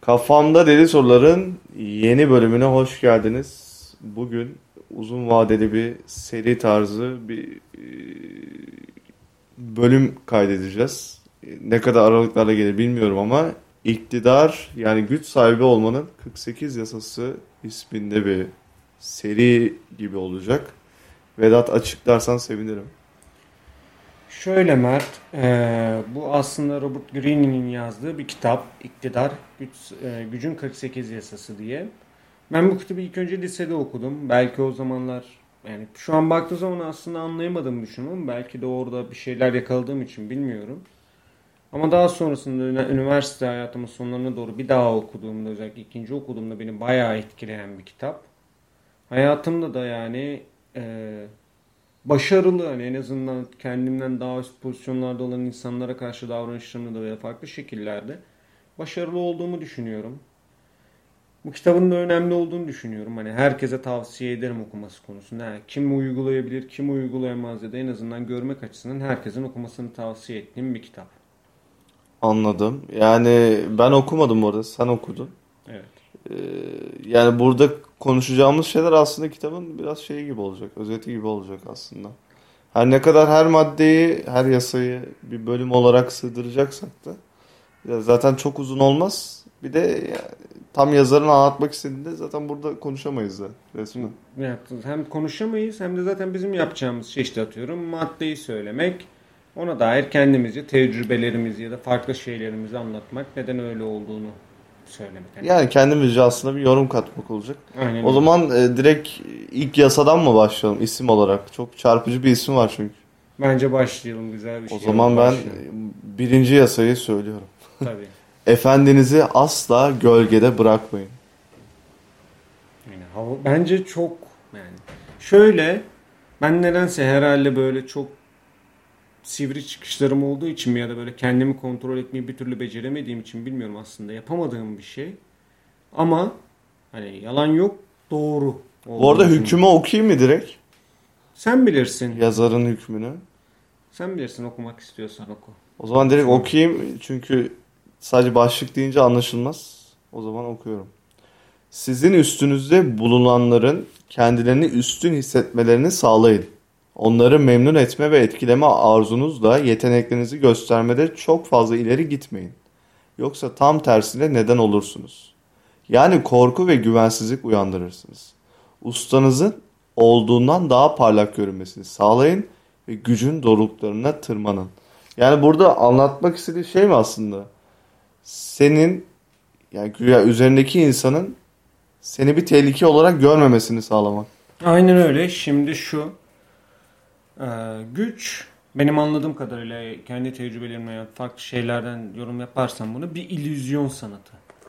Kafamda Deli Sorular'ın yeni bölümüne hoş geldiniz. Bugün uzun vadeli bir seri tarzı bir bölüm kaydedeceğiz. Ne kadar aralıklarla gelir bilmiyorum ama iktidar yani güç sahibi olmanın 48 yasası isminde bir seri gibi olacak. Vedat açıklarsan sevinirim. Şöyle Mert, bu aslında Robert Greene'in yazdığı bir kitap, İktidar, Gücün 48 Yasası diye. Ben bu kitabı ilk önce lisede okudum. Belki o zamanlar, yani şu an baktığım zaman aslında anlayamadığımı düşünüyorum. Belki de orada bir şeyler yakaladığım için bilmiyorum. Ama daha sonrasında üniversite hayatımın sonlarına doğru bir daha okuduğumda, özellikle ikinci okuduğumda beni bayağı etkileyen bir kitap. Hayatımda da yani başarılı, hani en azından kendimden daha üst pozisyonlarda olan insanlara karşı davranışlarımda da veya farklı şekillerde başarılı olduğumu düşünüyorum. Bu kitabın da önemli olduğunu düşünüyorum. Hani herkese tavsiye ederim okuması konusunda. Yani kim uygulayabilir, kim uygulayamaz ya da en azından görmek açısından herkesin okumasını tavsiye ettiğim bir kitap. Anladım. Yani ben okumadım bu arada. Sen okudun. Evet. Ee, Yani burada konuşacağımız şeyler aslında kitabın biraz şeyi gibi olacak. Özeti gibi olacak aslında. Her ne kadar her maddeyi, her yasayı bir bölüm olarak sığdıracaksak da ya zaten çok uzun olmaz. Bir de tam yazarın anlatmak istediğinde zaten burada konuşamayız da resmen. Yani hem konuşamayız hem de zaten bizim yapacağımız şey, işte atıyorum, maddeyi söylemek. Ona dair kendimizce tecrübelerimizi ya da farklı şeylerimizi anlatmak, neden öyle olduğunu söylemek. Hani, Yani kendimizce aslında bir yorum katmak olacak. aynen O öyle. zaman direkt ilk yasadan mı başlayalım isim olarak? Çok çarpıcı bir isim var çünkü. Bence başlayalım, güzel bir O şey zaman ben başlayalım. birinci yasayı söylüyorum. Tabii. Efendinizi asla gölgede bırakmayın. Yani bence çok, yani şöyle, ben nedense herhalde böyle çok sivri çıkışlarım olduğu için mi ya da böyle kendimi kontrol etmeyi bir türlü beceremediğim için bilmiyorum, aslında yapamadığım bir şey. Ama hani yalan yok, doğru Bu arada olduğunu düşünüyorum. hükmü okuyayım mı direkt? Sen bilirsin. Yazarın hükmünü. Sen bilirsin, okumak istiyorsan oku. O zaman direkt Tamam. okuyayım çünkü sadece başlık deyince anlaşılmaz. O zaman okuyorum. Sizin üstünüzde bulunanların kendilerini üstün hissetmelerini sağlayın. Onları memnun etme ve etkileme arzunuzla yeteneklerinizi göstermede çok fazla ileri gitmeyin. Yoksa tam tersine neden olursunuz. Yani korku ve güvensizlik uyandırırsınız. Ustanızın olduğundan daha parlak görünmesini sağlayın ve gücün doruklarına tırmanın. Yani burada anlatmak istediği şey mi aslında? Senin yani güya üzerindeki insanın seni bir tehlike olarak görmemesini sağlamak. Aynen öyle. Şimdi şu güç, benim anladığım kadarıyla, kendi tecrübelerimle ya farklı şeylerden yorum yaparsam bunu, bir illüzyon sanatı.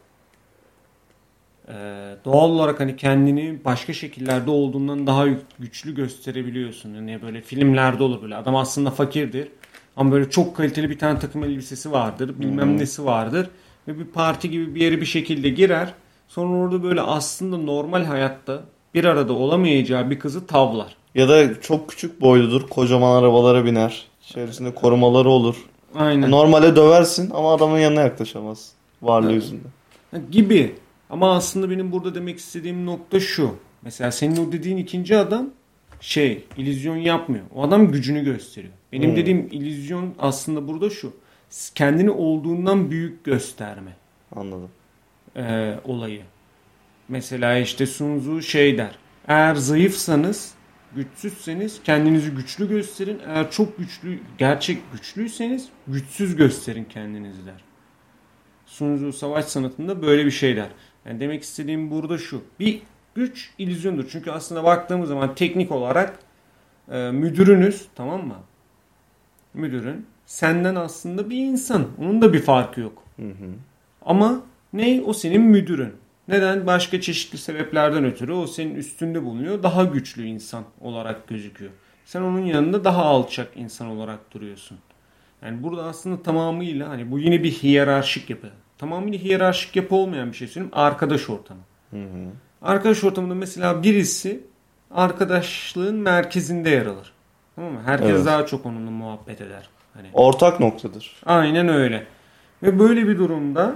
Doğal olarak hani kendini başka şekillerde olduğundan daha güçlü gösterebiliyorsun. Yani böyle filmlerde olur, böyle adam aslında fakirdir ama böyle çok kaliteli bir tane takım elbisesi vardır, Hı bilmem hı. nesi vardır ve bir parti gibi bir yere bir şekilde girer. Sonra orada böyle aslında normal hayatta bir arada olamayacağı bir kızı tavlar. Ya da çok küçük boyludur, kocaman arabalara biner. İçerisinde korumaları olur. Aynen. Normale döversin ama adamın yanına yaklaşamaz. Varlığı yüzünden. Gibi. Ama aslında benim burada demek istediğim nokta şu. Mesela senin o dediğin ikinci adam illüzyon yapmıyor. O adam gücünü gösteriyor. Benim Hı, dediğim illüzyon aslında burada şu. Kendini olduğundan büyük gösterme anladım. olayı. Mesela işte Sun Tzu der. Eğer zayıfsanız, güçsüzseniz kendinizi güçlü gösterin. Eğer çok güçlü, gerçek güçlüyseniz güçsüz gösterin kendinizi der. Sun Tzu savaş sanatında böyle bir şey der. Yani demek istediğim burada şu. Bir güç illüzyondur. Çünkü aslında baktığımız zaman teknik olarak müdürünüz, tamam mı? Müdürün senden aslında bir insan. Onun da bir farkı yok. Hı hı. Ama ne? O senin müdürün. Neden? Başka çeşitli sebeplerden ötürü o senin üstünde bulunuyor. Daha güçlü insan olarak gözüküyor. Sen onun yanında daha alçak insan olarak duruyorsun. Yani burada aslında tamamıyla, hani bu yine bir hiyerarşik yapı. Tamamıyla hiyerarşik yapı olmayan bir şey söyleyeyim. Arkadaş ortamı. Hı hı. Arkadaş ortamında mesela birisi arkadaşlığın merkezinde yer alır. Tamam mı? Herkes Evet. daha çok onunla muhabbet eder. Hani Ortak noktadır. aynen öyle. Ve böyle bir durumda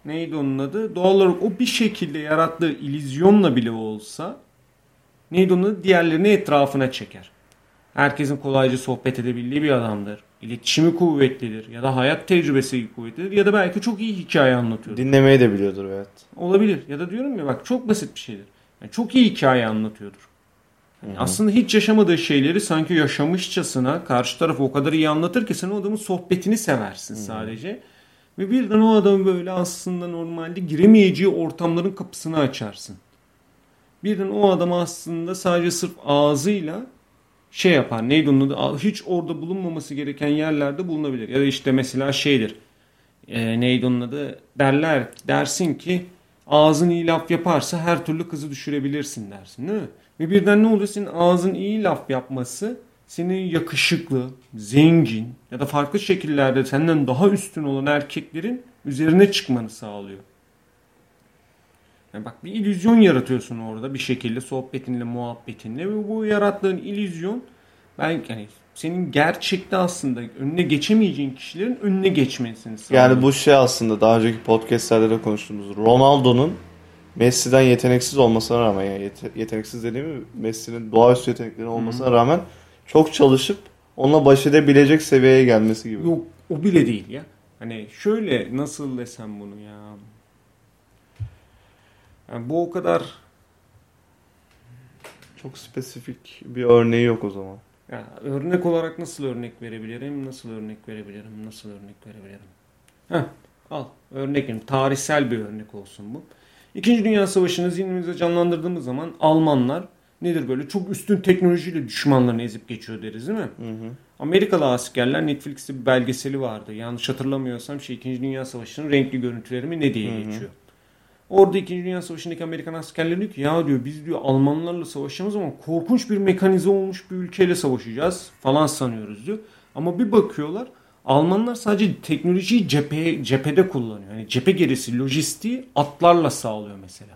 neydi onun adı? Doğal olarak o bir şekilde yarattığı illüzyonla bile olsa neydi onun adı? Diğerlerini etrafına çeker. Herkesin kolayca sohbet edebildiği bir adamdır. İletişimi kuvvetlidir ya da hayat tecrübesi kuvvetlidir ya da belki çok iyi hikaye anlatıyor. Dinlemeyi de biliyordur, evet. Olabilir. Ya da diyorum ya bak çok basit bir şeydir. Yani çok iyi hikaye anlatıyordur. Yani aslında hiç yaşamadığı şeyleri sanki yaşamışçasına karşı tarafı o kadar iyi anlatır ki sen o adamın sohbetini seversin sadece. Ve birden o adamı böyle aslında normalde giremeyeceği ortamların kapısını açarsın. Birden o adam aslında sadece sırf ağzıyla şey yapar. Neydi onun adı? Hiç orada bulunmaması gereken yerlerde bulunabilir. Ya da işte mesela şeydir. Neydi onun adı? Dersin ki ağzın iyi laf yaparsa her türlü kızı düşürebilirsin dersin değil mi? Ve birden ne oluyor? Senin ağzın iyi laf yapması senin yakışıklı, zengin ya da farklı şekillerde senden daha üstün olan erkeklerin üzerine çıkmanı sağlıyor. Yani bak bir illüzyon yaratıyorsun orada bir şekilde sohbetinle, muhabbetinle ve bu yarattığın illüzyon yani senin gerçekte aslında önüne geçemeyeceğin kişilerin önüne geçmesini sağlıyor. Yani bu şey aslında daha önceki podcastlerde de konuştuğumuz Ronaldo'nun Messi'den yeteneksiz olmasına rağmen, yani yeteneksiz dediğim Messi'nin doğaüstü yetenekleri olmasına rağmen çok çalışıp onunla baş edebilecek seviyeye gelmesi gibi. Yok o bile değil ya. Hani şöyle nasıl desem bunu ya. Yani bu o kadar çok spesifik bir örneği yok o zaman. ya, örnek olarak nasıl örnek verebilirim? Al örneğin tarihsel bir örnek olsun bu. İkinci Dünya Savaşı'nı zihnimizde canlandırdığımız zaman Almanlar nedir böyle çok üstün teknolojiyle düşmanlarını ezip geçiyor deriz değil mi? Amerikalı askerler Netflix'te bir belgeseli vardı. Yanlış hatırlamıyorsam İkinci Dünya Savaşı'nın renkli görüntüleri mi ne diye geçiyor. Orada 2. Dünya Savaşı'ndaki Amerikan askerleri diyor ki ya diyor biz diyor Almanlarla savaşacağımız zaman korkunç bir mekanize olmuş bir ülkeyle savaşacağız falan sanıyoruz diyor. Ama bir bakıyorlar Almanlar sadece teknolojiyi cephede kullanıyor. Yani cephe gerisi lojistiği atlarla sağlıyor mesela.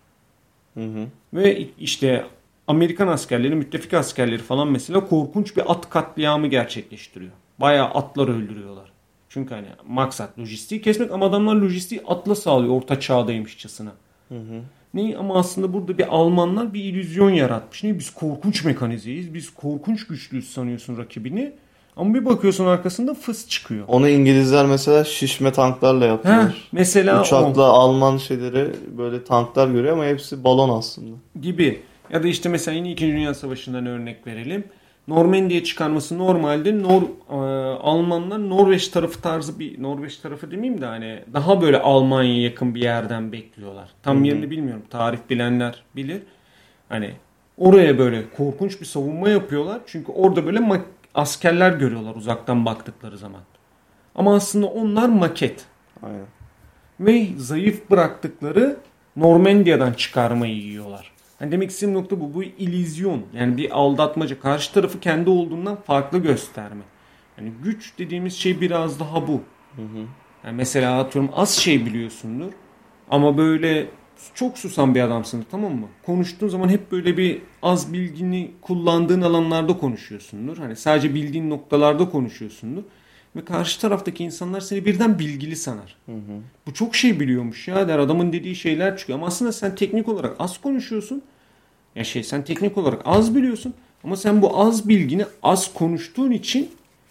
Ve işte Amerikan askerleri, müttefik askerleri falan mesela korkunç bir at katliamı gerçekleştiriyor. Bayağı atlar öldürüyorlar. Çünkü hani maksat lojistiği kesmek ama adamlar lojistiği atla sağlıyor orta çağdaymışçasına. Ne? Ama aslında burada bir Almanlar bir illüzyon yaratmış. Ne? Biz korkunç mekanizeyiz, biz korkunç güçlüyüz sanıyorsun rakibini. Ama bir bakıyorsun arkasında fıs çıkıyor. Onu İngilizler mesela şişme tanklarla yapıyorlar. Mesela uçakla Alman şeyleri böyle tanklar görüyor ama hepsi balon aslında. Gibi. Ya da işte mesela yine 2. Dünya Savaşı'ndan örnek verelim. Normandiya çıkarması normalde Almanlar Norveç tarafı tarzı bir Norveç tarafı demeyeyim de hani daha böyle Almanya'ya yakın bir yerden bekliyorlar. Tam yerini bilmiyorum. Tarih bilenler bilir. Hani oraya böyle korkunç bir savunma yapıyorlar. Çünkü orada böyle askerler görüyorlar uzaktan baktıkları zaman. Ama aslında onlar maket. Aynen. Ve zayıf bıraktıkları Normandiya'dan çıkarmayı yiyorlar. Yani demek istediğim nokta bu. Bu illüzyon. Yani bir aldatmaca. Karşı tarafı kendi olduğundan farklı gösterme. Yani güç dediğimiz şey biraz daha bu. Yani mesela atıyorum az şey biliyorsundur. Ama böyle çok susan bir adamsındır, tamam mı? Konuştuğun zaman hep böyle bir az bilgini kullandığın alanlarda konuşuyorsundur. Hani sadece bildiğin noktalarda konuşuyorsundur. Ve karşı taraftaki insanlar seni birden bilgili sanar. Bu çok şey biliyormuş ya der, adamın dediği şeyler çıkıyor. Ama aslında sen teknik olarak az konuşuyorsun. Ya sen teknik olarak az biliyorsun. Ama sen bu az bilgini az konuştuğun için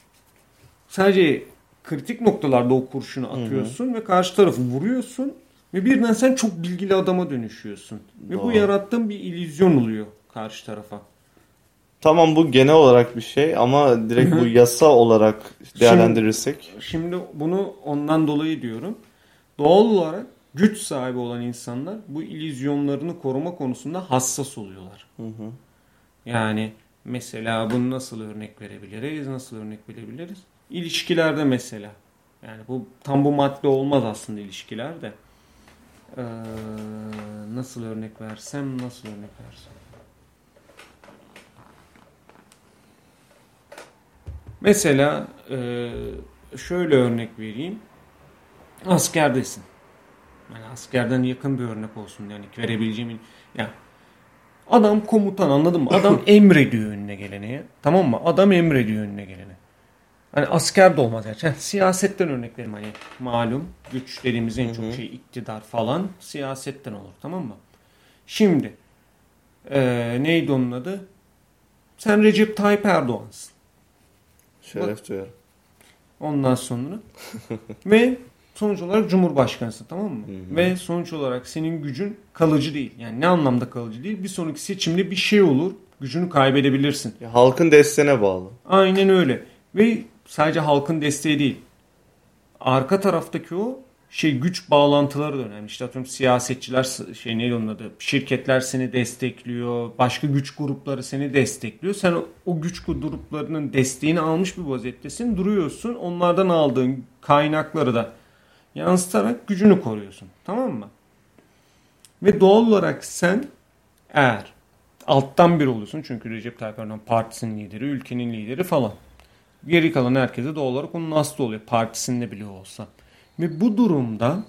sadece kritik noktalarda o kurşunu atıyorsun ve karşı tarafı vuruyorsun. Ve birden sen çok bilgili adama dönüşüyorsun. Ve bu yarattığın bir illüzyon oluyor karşı tarafa. Tamam, bu genel olarak bir şey ama direkt bu yasa olarak değerlendirirsek. Şimdi bunu ondan dolayı diyorum. Doğal olarak güç sahibi olan insanlar bu illüzyonlarını koruma konusunda hassas oluyorlar. Yani mesela bunu nasıl örnek verebiliriz? İlişkilerde mesela. Yani bu tam bu madde olmaz aslında ilişkilerde. Nasıl örnek versem? Mesela şöyle örnek vereyim. Askerdesin. Yani askerden yakın bir örnek olsun yani verebileceğim. Yani adam komutan, anladın mı? Adam emrediyor önüne gelene. Tamam mı? Adam emrediyor önüne gelene. Hani asker de olmaz gerçi. Siyasetten örnek vereyim hani malum güç dediğimiz en çok şey iktidar falan siyasetten olur, tamam mı? Şimdi neydi onun adı? Sen Recep Tayyip Erdoğan'sın. Şeref duyarım. Ondan sonra ve sonuç olarak Cumhurbaşkanısın, tamam mı? Ve sonuç olarak senin gücün kalıcı değil. Yani ne anlamda kalıcı değil? Bir sonraki seçimde bir şey olur, gücünü kaybedebilirsin. Ya, halkın desteğine bağlı. Aynen öyle. Ve sadece halkın desteği değil. Arka taraftaki o güç bağlantıları da önemli. İşte atıyorum siyasetçiler neydi onun adı? Şirketler seni destekliyor. Başka güç grupları seni destekliyor. Sen o güç gruplarının desteğini almış bir vaziyettesin. Duruyorsun. Onlardan aldığın kaynakları da yansıtarak gücünü koruyorsun. Tamam mı? Ve doğal olarak sen eğer alttan bir oluyorsun. Çünkü Recep Tayyip Erdoğan partisinin lideri, ülkenin lideri falan. Geri kalan herkese doğal olarak onun hasta oluyor. Partisinde bile olsa. Ve bu durumda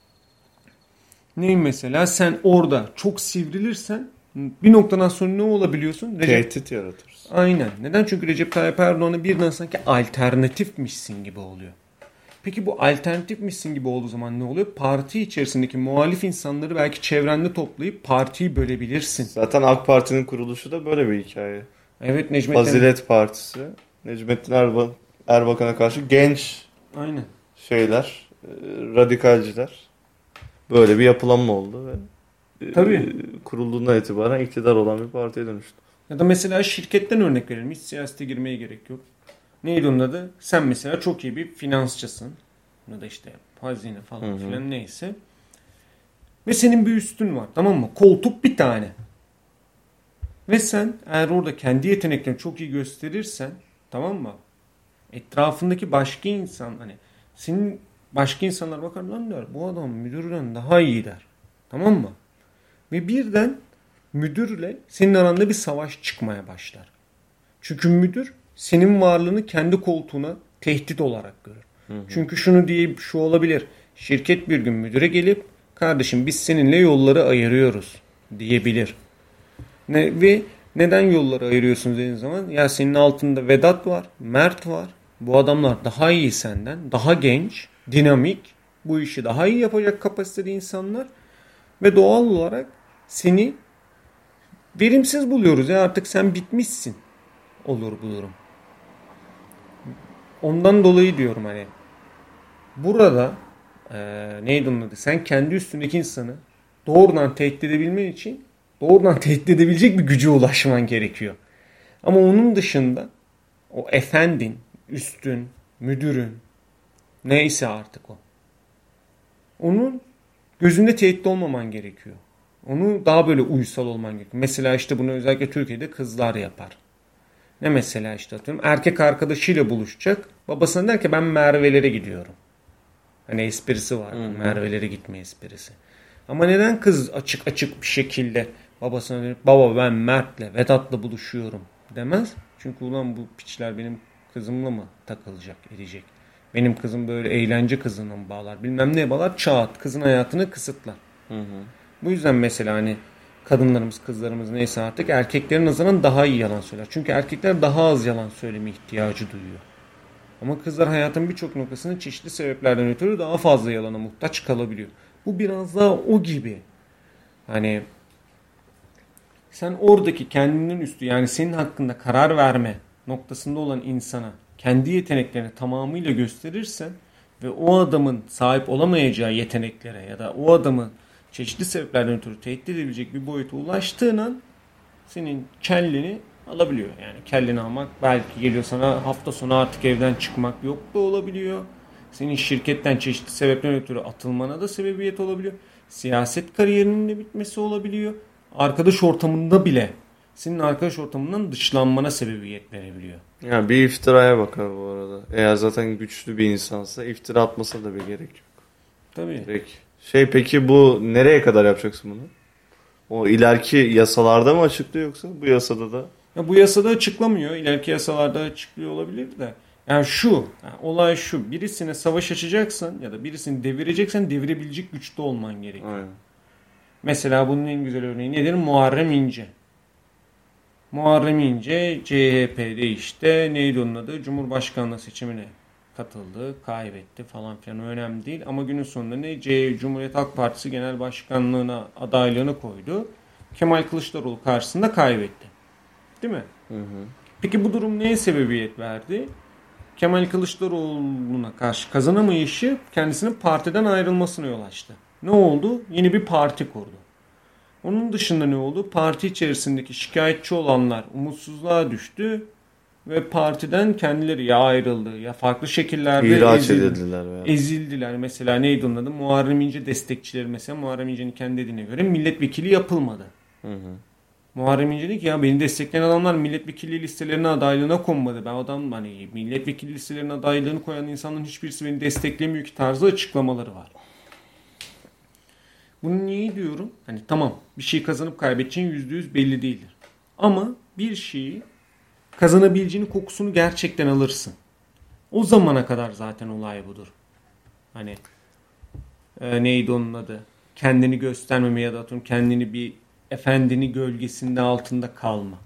mesela sen orada çok sivrilirsen bir noktadan sonra ne olabiliyorsun? Tehdit yaratırız. Aynen. Neden? Çünkü Recep Tayyip Erdoğan'a birden sanki alternatifmişsin gibi oluyor. Peki bu alternatifmişsin gibi olduğu zaman ne oluyor? Parti içerisindeki muhalif insanları belki çevrende toplayıp partiyi bölebilirsin. Zaten AK Parti'nin kuruluşu da böyle bir hikaye. Evet, Necmettin. Fazilet Partisi. Necmettin Erbakan'a karşı genç Aynen. radikalciler. Böyle bir yapılanma oldu ve Tabii. kurulduğundan itibaren iktidar olan bir partiye dönüştü. Ya da mesela şirketten örnek verelim. Hiç siyasete girmeye gerek yok. Neydi onun adı? Sen mesela çok iyi bir finansçısın. Ya da işte hazine falan filan neyse. Ve senin bir üstün var, tamam mı? Koltuk bir tane. Ve sen eğer orada kendi yeteneklerini çok iyi gösterirsen, tamam mı? Etrafındaki başka insan hani senin başka insanlar bakar lan der. Bu adam müdürden daha iyi der. Tamam mı? Ve birden müdürle senin aranda bir savaş çıkmaya başlar. Çünkü müdür senin varlığını kendi koltuğuna tehdit olarak görür. Çünkü şu olabilir. Şirket bir gün müdüre gelip kardeşim biz seninle yolları ayırıyoruz diyebilir. Ve neden yolları ayırıyorsunuz dediğin zaman ya senin altında Vedat var, Mert var. Bu adamlar daha iyi senden, daha genç, dinamik, bu işi daha iyi yapacak kapasitede insanlar ve doğal olarak seni verimsiz buluyoruz. Ya artık sen bitmişsin. Olur bu durum. Ondan dolayı diyorum hani burada neydi onun adı? Sen kendi üstündeki insanı doğrudan tehdit edebilmen için doğrudan tehdit edebilecek bir güce ulaşman gerekiyor. Ama onun dışında o efendin, üstün, müdürün neyse artık o. Onun gözünde tehdit olmaman gerekiyor. Onu daha böyle uysal olman gerekiyor. Mesela işte bunu özellikle Türkiye'de kızlar yapar. Ne mesela işte atıyorum erkek arkadaşıyla buluşacak. Babasına der ki ben Merve'lere gidiyorum. Hani esprisi var. Merve'lere gitme esprisi. Ama neden kız açık açık bir şekilde babasına dönüp baba ben Mert'le Vedat'la buluşuyorum demez. Çünkü ulan bu piçler benim kızımla mı takılacak, edecek? Benim kızım böyle eğlence kızına mı bağlar? Bilmem ne bağlar? Çağat. Kızın hayatını kısıtlar. Bu yüzden mesela hani kadınlarımız, kızlarımız neyse artık erkeklerin nazaran daha iyi yalan söyler. Çünkü erkekler daha az yalan söyleme ihtiyacı duyuyor. Ama kızlar hayatın birçok noktasını çeşitli sebeplerden ötürü daha fazla yalana muhtaç kalabiliyor. Bu biraz daha o gibi. Hani sen oradaki kendinin üstü yani senin hakkında karar verme noktasında olan insana kendi yeteneklerini tamamıyla gösterirsen ve o adamın sahip olamayacağı yeteneklere ya da o adamın çeşitli sebeplerden ötürü tehdit edebilecek bir boyuta ulaştığın an senin kelleni alabiliyor. Yani kelleni almak belki geliyor sana hafta sonu artık evden çıkmak yok da olabiliyor. Senin şirketten çeşitli sebeplerden ötürü atılmana da sebebiyet olabiliyor. Siyaset kariyerinin de bitmesi olabiliyor. Arkadaş ortamında bile senin arkadaş ortamından dışlanmana sebebiyet verebiliyor. Yani bir iftiraya bakar bu arada. Eğer zaten güçlü bir insansa iftira atmasa da bir gerek yok. Tabii. Direkt. Peki bu nereye kadar yapacaksın bunu? O ileriki yasalarda mı açıklıyor yoksa bu yasada da? Ya bu yasada açıklamıyor. İleriki yasalarda açıklıyor olabilir de. Yani olay şu. Birisine savaş açacaksan ya da birisini devireceksen devirebilecek güçte olman gerekiyor. Aynen. Mesela bunun en güzel örneği nedir? Muharrem İnce. Muharrem İnce CHP'de işte neydi onun adı? Cumhurbaşkanlığı seçimine katıldı, kaybetti falan filan, önemli değil. Ama günün sonunda Cumhuriyet Halk Partisi Genel Başkanlığına adaylığını koydu. Kemal Kılıçdaroğlu karşısında kaybetti. Değil mi? Hı hı. Peki bu durum neye sebebiyet verdi? Kemal Kılıçdaroğlu'na karşı kazanamayışı kendisinin partiden ayrılmasına yol açtı. Ne oldu? Yeni bir parti kurdu. Onun dışında ne oldu? Parti içerisindeki şikayetçi olanlar umutsuzluğa düştü ve partiden kendileri ya ayrıldı ya farklı şekillerde İhraç edildiler. Veya. ezildiler. Mesela neydi onun adı? Muharrem İnce destekçileri mesela Muharrem İnce'nin kendi dediğine göre milletvekili yapılmadı. Hı hı. Muharrem İnce dedi ki ya beni destekleyen adamlar milletvekili listelerine adaylığına konmadı. Ben adam hani milletvekili listelerine adaylığını koyan insanların hiçbirisi beni desteklemiyor ki tarzı açıklamaları var. Bunu niye diyorum? Hani tamam bir şey kazanıp kaybedeceğin %100 belli değildir. Ama bir şeyi kazanabileceğinin kokusunu gerçekten alırsın. O zamana kadar zaten olay budur. Hani neydi onun adı? Kendini göstermeme ya da atıyorum kendini bir efendinin gölgesinde altında kalma.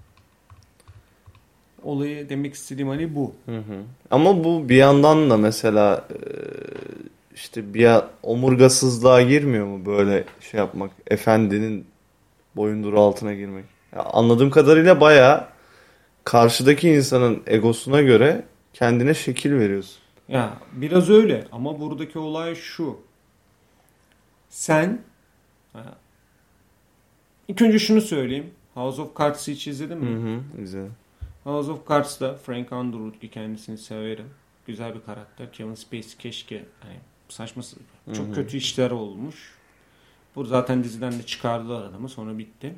Olayı demek istediğim hani bu. Hı hı. Ama bu bir yandan da mesela işte bir omurgasızlığa girmiyor mu böyle şey yapmak? Efendinin boyunduruğu altına girmek. Ya anladığım kadarıyla bayağı karşıdaki insanın egosuna göre kendine şekil veriyorsun. Ya biraz öyle ama buradaki olay şu. Sen ilk önce şunu söyleyeyim. House of Cards'ı hiç izledin mi? Hı hı, güzel. House of Cards'ta Frank Underwood ki kendisini severim. Güzel bir karakter. Kevin Spacey keşke hani saçma çok kötü işler olmuş. Bu zaten diziden de çıkardılar adamı. Sonra bitti.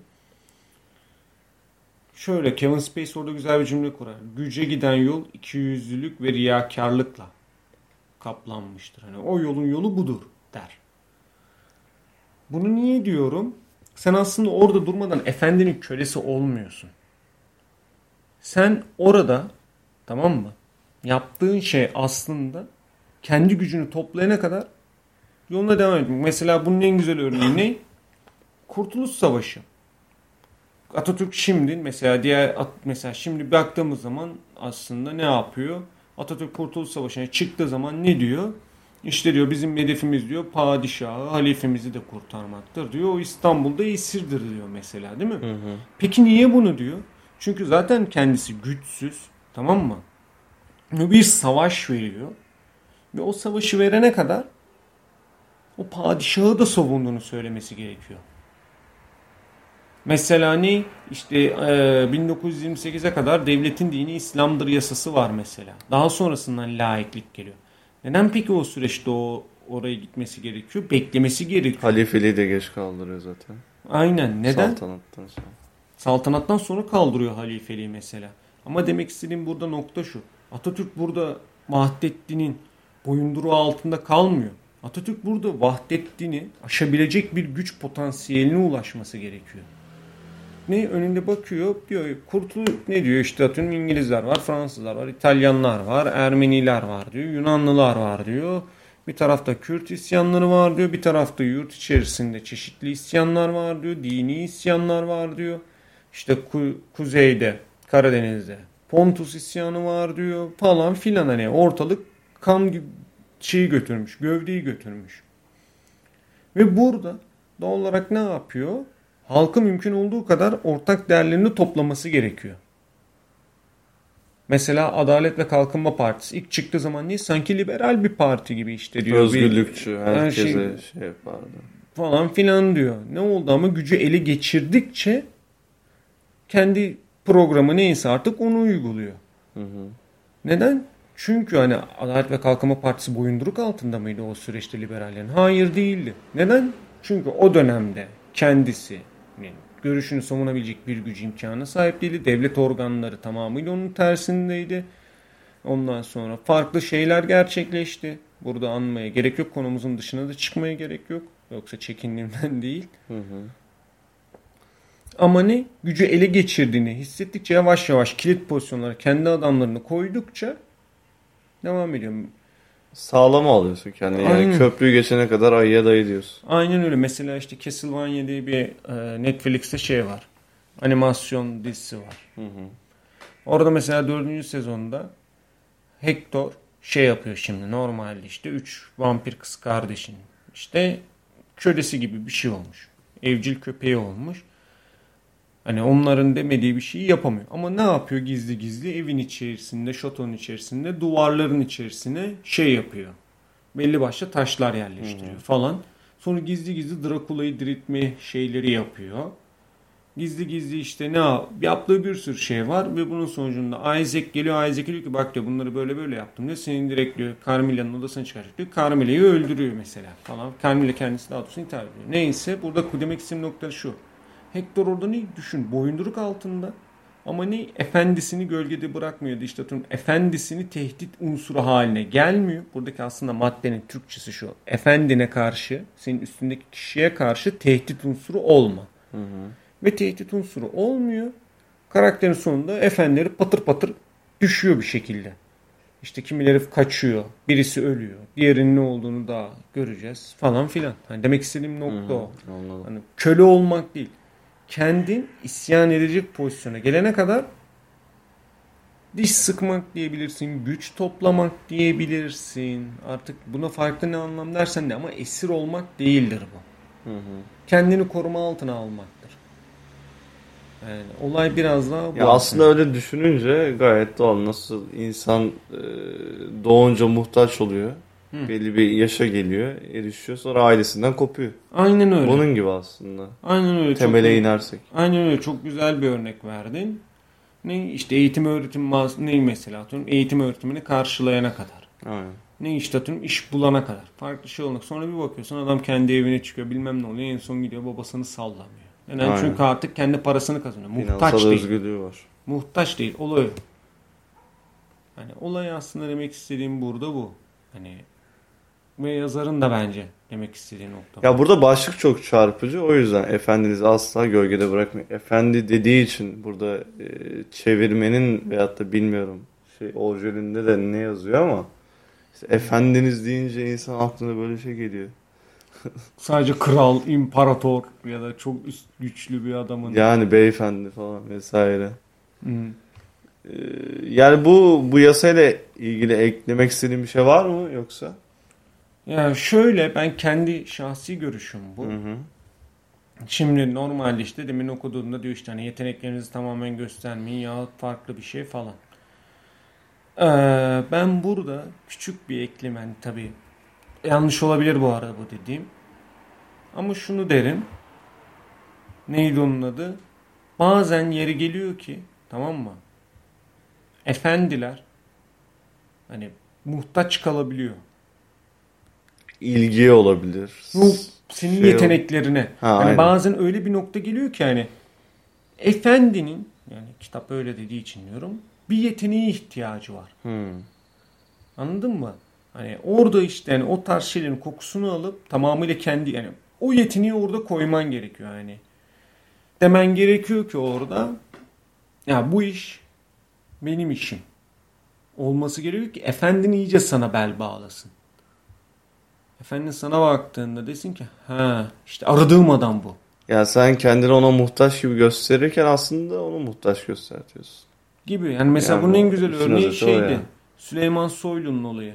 Şöyle Kevin Spacey orada güzel bir cümle kurar. Güce giden yol ikiyüzlülük ve riyakarlıkla kaplanmıştır. Hani o yolun yolu budur der. Bunu niye diyorum? Sen aslında orada durmadan efendinin kölesi olmuyorsun. Sen orada tamam mı? Yaptığın şey aslında kendi gücünü toplayana kadar yoluna devam etmek. Mesela bunun en güzel örneği ne? Kurtuluş Savaşı. Atatürk şimdi mesela şimdi baktığımız zaman aslında ne yapıyor? Atatürk Kurtuluş Savaşı'na çıktığı zaman ne diyor? İşte diyor bizim hedefimiz diyor padişahı, halifemizi de kurtarmaktır diyor. O İstanbul'da esirdir diyor mesela değil mi? Hı hı. Peki niye bunu diyor? Çünkü zaten kendisi güçsüz, tamam mı? Bir savaş veriyor. Ve o savaşı verene kadar o padişahı da savunduğunu söylemesi gerekiyor. Mesela ne? İşte 1928'e kadar devletin dini İslam'dır yasası var mesela. Daha sonrasından laiklik geliyor. Neden peki o süreçte oraya gitmesi gerekiyor? Beklemesi gerekiyor. Halifeliği de geç kaldırıyor zaten. Aynen. Neden? Saltanattan sonra. Saltanattan sonra kaldırıyor halifeliği mesela. Ama demek istediğim burada nokta şu. Atatürk burada Vahdettin'in boyunduruğu altında kalmıyor. Atatürk burada Vahdettin'i aşabilecek bir güç potansiyeline ulaşması gerekiyor. Ne önünde bakıyor diyor ne diyor işte atıyorum İngilizler var, Fransızlar var, İtalyanlar var, Ermeniler var diyor, Yunanlılar var diyor. Bir tarafta Kürt isyanları var diyor, bir tarafta yurt içerisinde çeşitli isyanlar var diyor, dini isyanlar var diyor. İşte kuzeyde, Karadeniz'de Pontus isyanı var diyor falan filan hani ortalık kan şeyi götürmüş, gövdeyi götürmüş. Ve burada doğal olarak ne yapıyor? Halkı mümkün olduğu kadar ortak değerlerini toplaması gerekiyor. Mesela Adalet ve Kalkınma Partisi ilk çıktığı zaman niye? Sanki liberal bir parti gibi işte diyor. Özgürlükçü, herkese şey yapardı. Falan filan diyor. Ne oldu ama gücü ele geçirdikçe kendi programı neyse artık onu uyguluyor. Hı hı. Neden? Çünkü hani Adalet ve Kalkınma Partisi boyunduruk altında mıydı o süreçte liberallerin? Hayır değildi. Neden? Çünkü o dönemde kendisi görüşünü savunabilecek bir güç imkanı sahip değildi. Devlet organları tamamıyla onun tersindeydi. Ondan sonra farklı şeyler gerçekleşti. Burada anmaya gerek yok. Konumuzun dışına da çıkmaya gerek yok. Yoksa çekindiğimden değil. Hı hı. Ama ne? Gücü ele geçirdiğini hissettikçe yavaş yavaş kilit pozisyonlara kendi adamlarını koydukça devam ediyor. Sağlama alıyorsun kendini. Yani köprüyü geçene kadar ayıya dayı diyorsun. Aynen öyle. Mesela işte Castlevania diye bir Netflix'te şey var. animasyon dizisi var. Orada mesela 4. sezonda Hector şey yapıyor şimdi. Normalde işte 3 vampir kız kardeşin işte kölesi gibi bir şey olmuş. Evcil köpeği olmuş. Hani onların demediği bir şeyi yapamıyor. Ama ne yapıyor gizli gizli? Evin içerisinde, şatonun içerisinde, duvarların içerisine şey yapıyor. Belli başlı taşlar yerleştiriyor falan. Sonra gizli gizli Drakula'yı diriltme şeyleri yapıyor. Gizli gizli işte yaptığı bir sürü şey var ve bunun sonucunda Isaac geliyor. Isaac diyor ki bak diyor bunları böyle böyle yaptım diyor. Senin direkt diyor Carmilla'nın odasına çıkaracak diyor. Carmilla'yı öldürüyor mesela falan. Carmilla kendisi daha doğrusu intihar ediyor. Neyse burada demek istediğim nokta şu. Hector orada ne düşün? Boyunduruk altında. Ama ne efendisini gölgede bırakmıyordu. İşte efendisini tehdit unsuru haline gelmiyor. Buradaki aslında maddenin Türkçesi şu. Efendine karşı, senin üstündeki kişiye karşı tehdit unsuru olma. Ve tehdit unsuru olmuyor. Karakterin sonunda efendileri patır patır düşüyor bir şekilde. İşte kimileri kaçıyor, birisi ölüyor, diğerinin ne olduğunu daha göreceğiz falan filan. Hani demek istediğim nokta o. Anladım. Hani köle olmak değil. Kendin isyan edecek pozisyona gelene kadar diş sıkmak diyebilirsin, güç toplamak diyebilirsin. Artık buna farklı ne anlam dersen de ama esir olmak değildir bu. Kendini koruma altına almaktır. Yani olay biraz daha bu. Ya aslında öyle düşününce gayet doğal. Nasıl insan doğunca muhtaç oluyor. Belli bir yaşa geliyor, erişiyor. Sonra ailesinden kopuyor. Aynen öyle. Bunun gibi aslında. Aynen öyle. Temele inersek. Aynen öyle. Çok güzel bir örnek verdin. Ne işte eğitim öğretim ne mesela atıyorum eğitim öğretimini karşılayana kadar. Aynen. Ne işte atıyorum iş bulana kadar. Farklı şey olmak. Sonra bir bakıyorsun adam kendi evine çıkıyor bilmem ne oluyor. En son gidiyor babasını sallamıyor. Yani çünkü artık kendi parasını kazanıyor. Muhtaç Finansal değil. özgürlüğü var. Muhtaç değil. Olay. Hani olay aslında demek istediğim burada bu. Hani ve yazarın da bence demek istediği nokta. Ya burada başlık çok çarpıcı. O yüzden efendinizi asla gölgede bırakmayın. Efendi dediği için burada çevirmenin veyahut da bilmiyorum orijinalinde de ne yazıyor ama işte efendiniz deyince insan aklına böyle şey geliyor. Sadece kral, imparator ya da çok güçlü bir adamın. Yani beyefendi falan vesaire. Yani bu yasayla ilgili eklemek istediğim bir şey var mı yoksa? Ya şöyle ben kendi şahsi görüşüm bu. Şimdi normalde işte demin okuduğumda diyor işte hani yeteneklerinizi tamamen göstermeyin ya farklı bir şey falan. Ben burada küçük bir eklem yani tabii yanlış olabilir bu arada bu dediğim. Ama şunu derim. Neydi onun adı? Bazen yeri geliyor ki tamam mı? Efendiler hani muhtaç kalabiliyor. İlgi olabilir. Senin yeteneklerine. Yani bazen öyle bir nokta geliyor ki hani efendinin yani kitap öyle dediği için diyorum bir yeteneğe ihtiyacı var. Anladın mı? Hani orada işte yani o tarz şeylerin kokusunu alıp tamamıyla kendi yani o yeteneği orada koyman gerekiyor yani. Demen gerekiyor ki orada ya bu iş benim işim. Olması gerekiyor ki efendin iyice sana bel bağlasın. Efendin sana baktığında desin ki ha işte aradığım adam bu. Ya sen kendini ona muhtaç gibi gösterirken aslında onu muhtaç gösteriyorsun. Gibi. Yani mesela yani bunun en güzel örneği şeydi. Yani. Süleyman Soylu'nun olayı.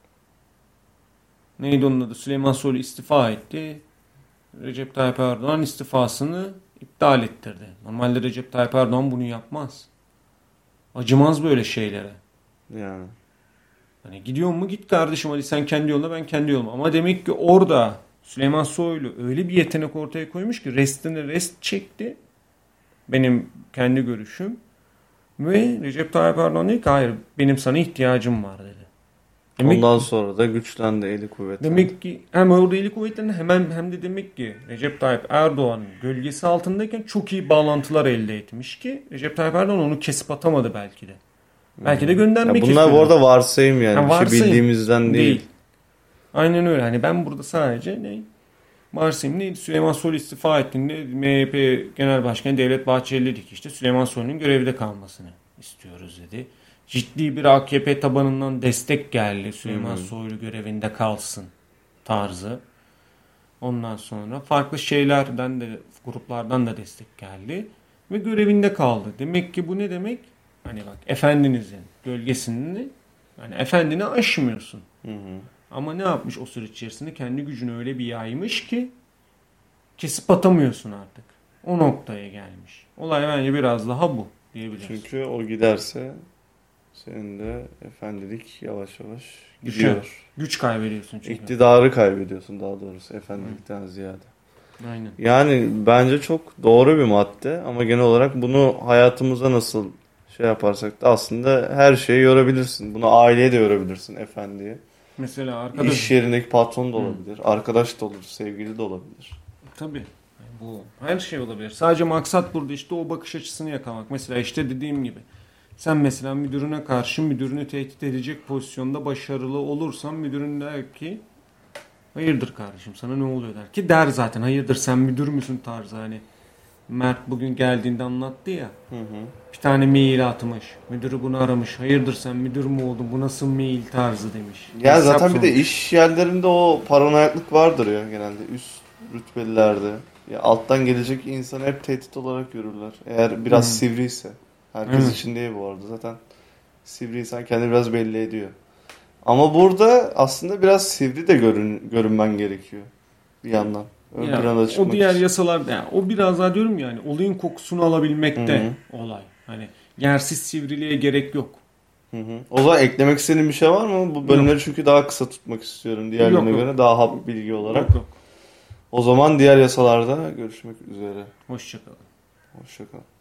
Neydi onun adı? Süleyman Soylu istifa etti. Recep Tayyip Erdoğan istifasını iptal ettirdi. Normalde Recep Tayyip Erdoğan bunu yapmaz. Acımaz böyle şeylere. Yani. Hani gidiyor mu git kardeşim hadi sen kendi yoluna ben kendi yoluma. Ama demek ki orada Süleyman Soylu öyle bir yetenek ortaya koymuş ki restine rest çekti. Benim kendi görüşüm. Ve Recep Tayyip Erdoğan dedi ki hayır benim sana ihtiyacım var dedi. Ondan sonra da güçlendi, eli kuvvetlendi. Demek ki hem orada eli kuvvetlendi hem de demek ki Recep Tayyip Erdoğan'ın gölgesi altındayken çok iyi bağlantılar elde etmiş ki Recep Tayyip Erdoğan onu kesip atamadı belki de. Belki de göndermek istiyor. Bunlar bu arada varsayım yani. Bir şey bildiğimizden değil. Aynen öyle. Hani ben burada sadece varsayım neydi? Süleyman Soylu istifa ettiğinde MHP Genel Başkanı Devlet Bahçeli dedi ki işte Süleyman Soylu'nun görevde kalmasını istiyoruz dedi. Ciddi bir AKP tabanından destek geldi. Süleyman Soylu görevinde kalsın tarzı. Ondan sonra farklı şeylerden de gruplardan da destek geldi. ve görevinde kaldı. Demek ki bu ne demek? Hani bak, efendinizin gölgesini, yani efendini aşmıyorsun. Hı hı. Ama ne yapmış o süreç içerisinde? Kendi gücünü öyle bir yaymış ki kesip atamıyorsun artık. O noktaya gelmiş. Olay bence biraz daha bu diyebiliriz. Çünkü o giderse senin de efendilik yavaş yavaş Güç, gidiyor. güç kaybediyorsun çünkü. İktidarı kaybediyorsun daha doğrusu efendilikten ziyade. Aynen. Yani bence çok doğru bir madde ama genel olarak bunu hayatımıza nasıl şey yaparsak da aslında her şeyi yorabilirsin. Bunu aileye de yorabilirsin, efendiye. Mesela arkadaş... İş yerindeki patron da olabilir, arkadaş da olur, sevgili de olabilir. Tabii. Bu her şey olabilir. Sadece maksat burada işte o bakış açısını yakalamak. Mesela işte dediğim gibi. Sen mesela müdürüne karşı müdürünü tehdit edecek pozisyonda başarılı olursan müdürün der ki hayırdır kardeşim, sana ne oluyor der ki, der zaten, hayırdır sen müdür müsün tarzı. Hani Mert bugün geldiğinde anlattı ya. Hı hı. Bir tane mail atmış. Müdürü bunu aramış. Hayırdır sen müdür mü oldun? Bu nasıl mail tarzı demiş. Ya Hesap zaten bir de sormuş. iş yerlerinde o paranoyaklık vardır ya genelde üst rütbelilerde. Ya alttan gelecek insanı hep tehdit olarak görürler. Eğer biraz Hı. sivriyse. Herkes Evet. için değil bu arada. Zaten sivri insan kendini biraz belli ediyor. Ama burada aslında biraz sivri de görünmen gerekiyor bir yandan. Ön Ya, plana çıkmak o diğer için. yasalarda yani, o biraz daha diyorum yani olayın kokusunu alabilmekte olay. Hani yersiz sivriliğe gerek yok. Hı hı. O zaman eklemek istediğin bir şey var mı? Bu bölümleri çünkü daha kısa tutmak istiyorum diğerlerine Yok. göre. Daha hap bilgi olarak. Yok. O zaman diğer yasalarda görüşmek üzere. Hoşça kalın. Hoşça kal.